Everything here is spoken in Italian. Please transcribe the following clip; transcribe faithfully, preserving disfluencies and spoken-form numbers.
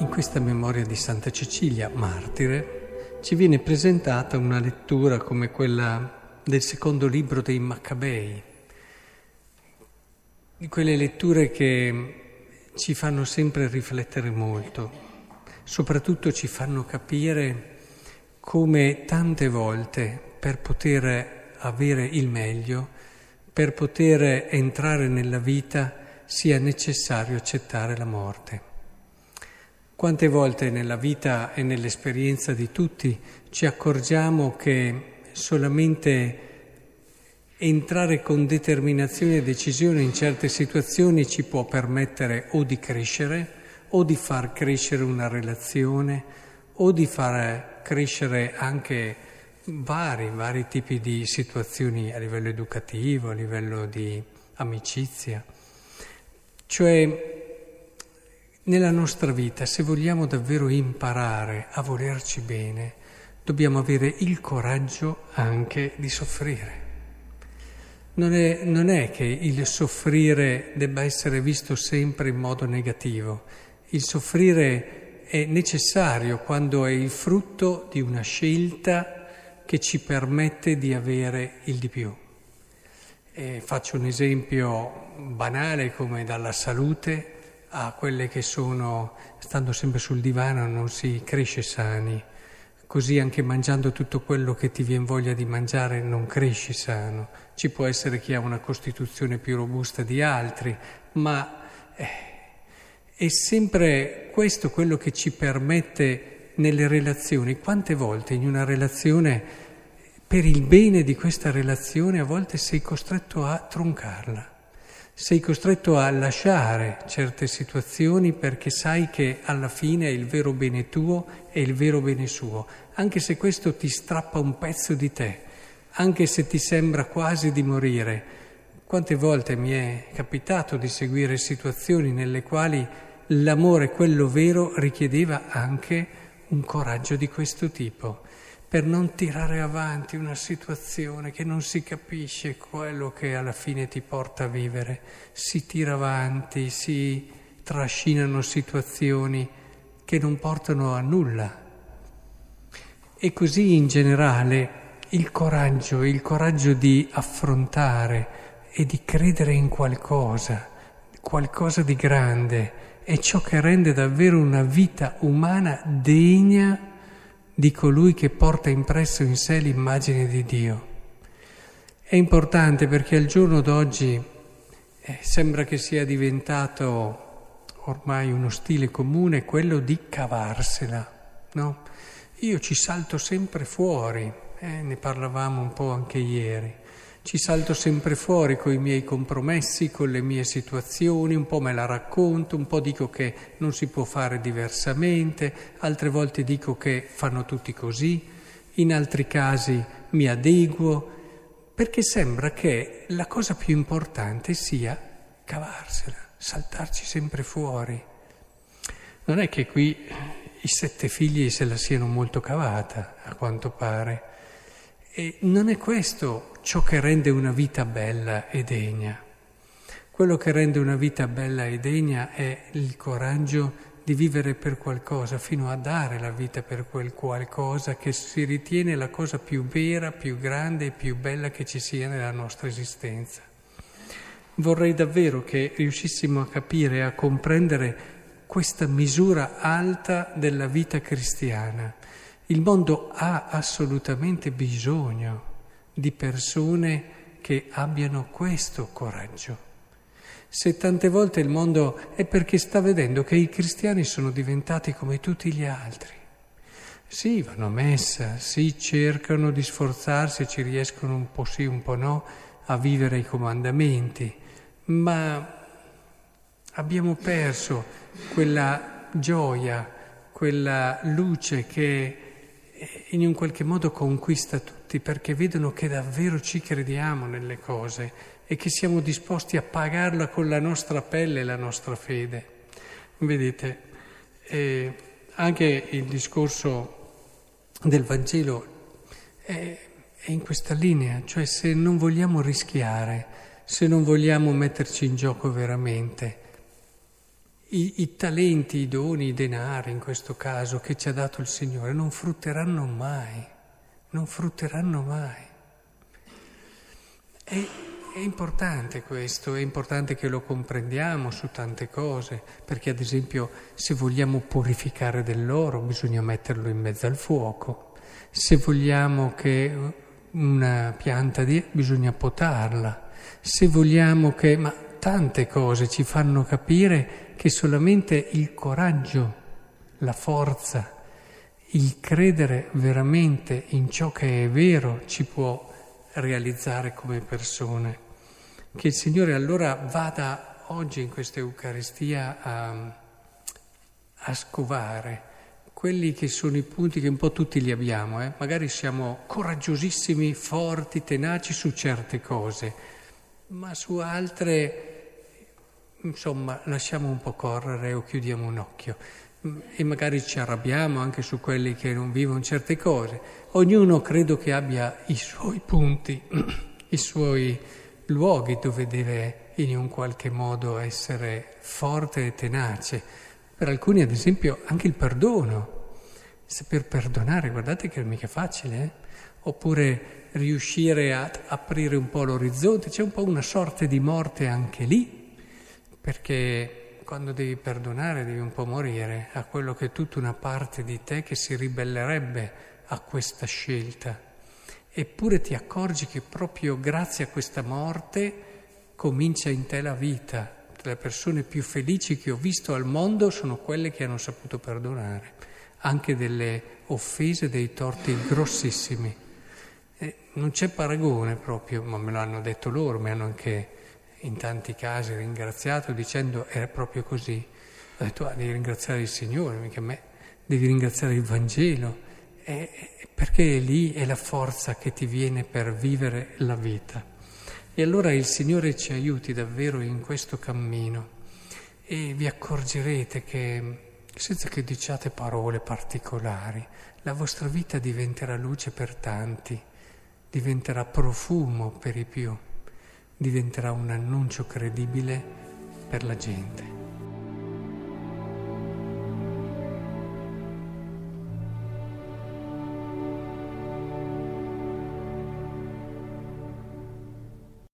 in questa memoria di Santa Cecilia, martire, ci viene presentata una lettura come quella del secondo libro dei Maccabei, di quelle letture che ci fanno sempre riflettere molto, soprattutto ci fanno capire come tante volte per poter avere il meglio, per poter entrare nella vita, sia necessario accettare la morte. Quante volte nella vita e nell'esperienza di tutti ci accorgiamo che solamente entrare con determinazione e decisione in certe situazioni ci può permettere o di crescere, o di far crescere una relazione, o di far crescere anche vari, vari tipi di situazioni a livello educativo, a livello di amicizia. Cioè, nella nostra vita, se vogliamo davvero imparare a volerci bene, dobbiamo avere il coraggio anche di soffrire. Non è, non è che il soffrire debba essere visto sempre in modo negativo. Il soffrire è necessario quando è il frutto di una scelta che ci permette di avere il di più. E faccio un esempio banale come dalla salute a quelle che sono, stando sempre sul divano non si cresce sani, così anche mangiando tutto quello che ti viene voglia di mangiare non cresci sano. Ci può essere chi ha una costituzione più robusta di altri, ma eh, è sempre questo quello che ci permette nelle relazioni. Quante volte in una relazione, per il bene di questa relazione, a volte sei costretto a troncarla. Sei costretto a lasciare certe situazioni perché sai che alla fine è il vero bene tuo e il vero bene suo, anche se questo ti strappa un pezzo di te, anche se ti sembra quasi di morire. Quante volte mi è capitato di seguire situazioni nelle quali l'amore, quello vero, richiedeva anche un coraggio di questo tipo, per non tirare avanti una situazione che non si capisce quello che alla fine ti porta a vivere. Si tira avanti, si trascinano situazioni che non portano a nulla. E così in generale il coraggio, il coraggio di affrontare e di credere in qualcosa, qualcosa di grande, è ciò che rende davvero una vita umana degna di colui che porta impresso in sé l'immagine di Dio. È importante perché al giorno d'oggi eh, sembra che sia diventato ormai uno stile comune quello di cavarsela, no? Io ci salto sempre fuori, eh, ne parlavamo un po' anche ieri, ci salto sempre fuori con i miei compromessi, con le mie situazioni, un po' me la racconto, un po' dico che non si può fare diversamente, altre volte dico che fanno tutti così, in altri casi mi adeguo, perché sembra che la cosa più importante sia cavarsela, saltarci sempre fuori. Non è che qui i sette figli se la siano molto cavata, a quanto pare. E non è questo ciò che rende una vita bella e degna. Quello che rende una vita bella e degna è il coraggio di vivere per qualcosa, fino a dare la vita per quel qualcosa che si ritiene la cosa più vera, più grande e più bella che ci sia nella nostra esistenza. Vorrei davvero che riuscissimo a capire e a comprendere questa misura alta della vita cristiana. Il mondo ha assolutamente bisogno di persone che abbiano questo coraggio. Se tante volte il mondo è perché sta vedendo che i cristiani sono diventati come tutti gli altri. Sì, vanno a messa, sì, cercano di sforzarsi e ci riescono un po' sì, un po' no, a vivere i comandamenti, ma abbiamo perso quella gioia, quella luce che in un qualche modo conquista tutti, perché vedono che davvero ci crediamo nelle cose e che siamo disposti a pagarla con la nostra pelle e la nostra fede. Vedete, eh, anche il discorso del Vangelo è, è in questa linea, cioè se non vogliamo rischiare, se non vogliamo metterci in gioco veramente, i, i talenti, i doni, i denari in questo caso che ci ha dato il Signore non frutteranno mai, non frutteranno mai. È, è importante questo, è importante che lo comprendiamo su tante cose, perché ad esempio se vogliamo purificare dell'oro bisogna metterlo in mezzo al fuoco, se vogliamo che una pianta di bisogna potarla, se vogliamo che... ma tante cose ci fanno capire che solamente il coraggio, la forza, il credere veramente in ciò che è vero ci può realizzare come persone. Che il Signore allora vada oggi in questa Eucaristia a, a scovare quelli che sono i punti che un po' tutti li abbiamo, eh? Magari siamo coraggiosissimi, forti, tenaci su certe cose, ma su altre, insomma, lasciamo un po' correre o chiudiamo un occhio. E magari ci arrabbiamo anche su quelli che non vivono certe cose. Ognuno credo che abbia i suoi punti, i suoi luoghi dove deve in un qualche modo essere forte e tenace. Per alcuni, ad esempio, anche il perdono. Saper perdonare, guardate che è mica facile, eh? Oppure riuscire a aprire un po' l'orizzonte. C'è un po' una sorta di morte anche lì, perché quando devi perdonare devi un po' morire a quello che è tutta una parte di te che si ribellerebbe a questa scelta. Eppure ti accorgi che proprio grazie a questa morte comincia in te la vita. Le persone più felici che ho visto al mondo sono quelle che hanno saputo perdonare, anche delle offese, dei torti grossissimi. E non c'è paragone proprio, ma me l'hanno detto loro, mi hanno anche in tanti casi ringraziato dicendo era proprio così. Ho detto ah, devi ringraziare il Signore, mica me, devi ringraziare il Vangelo, e, perché lì è la forza che ti viene per vivere la vita. E allora il Signore ci aiuti davvero in questo cammino e vi accorgerete che, senza che diciate parole particolari, la vostra vita diventerà luce per tanti, diventerà profumo per i più, diventerà un annuncio credibile per la gente.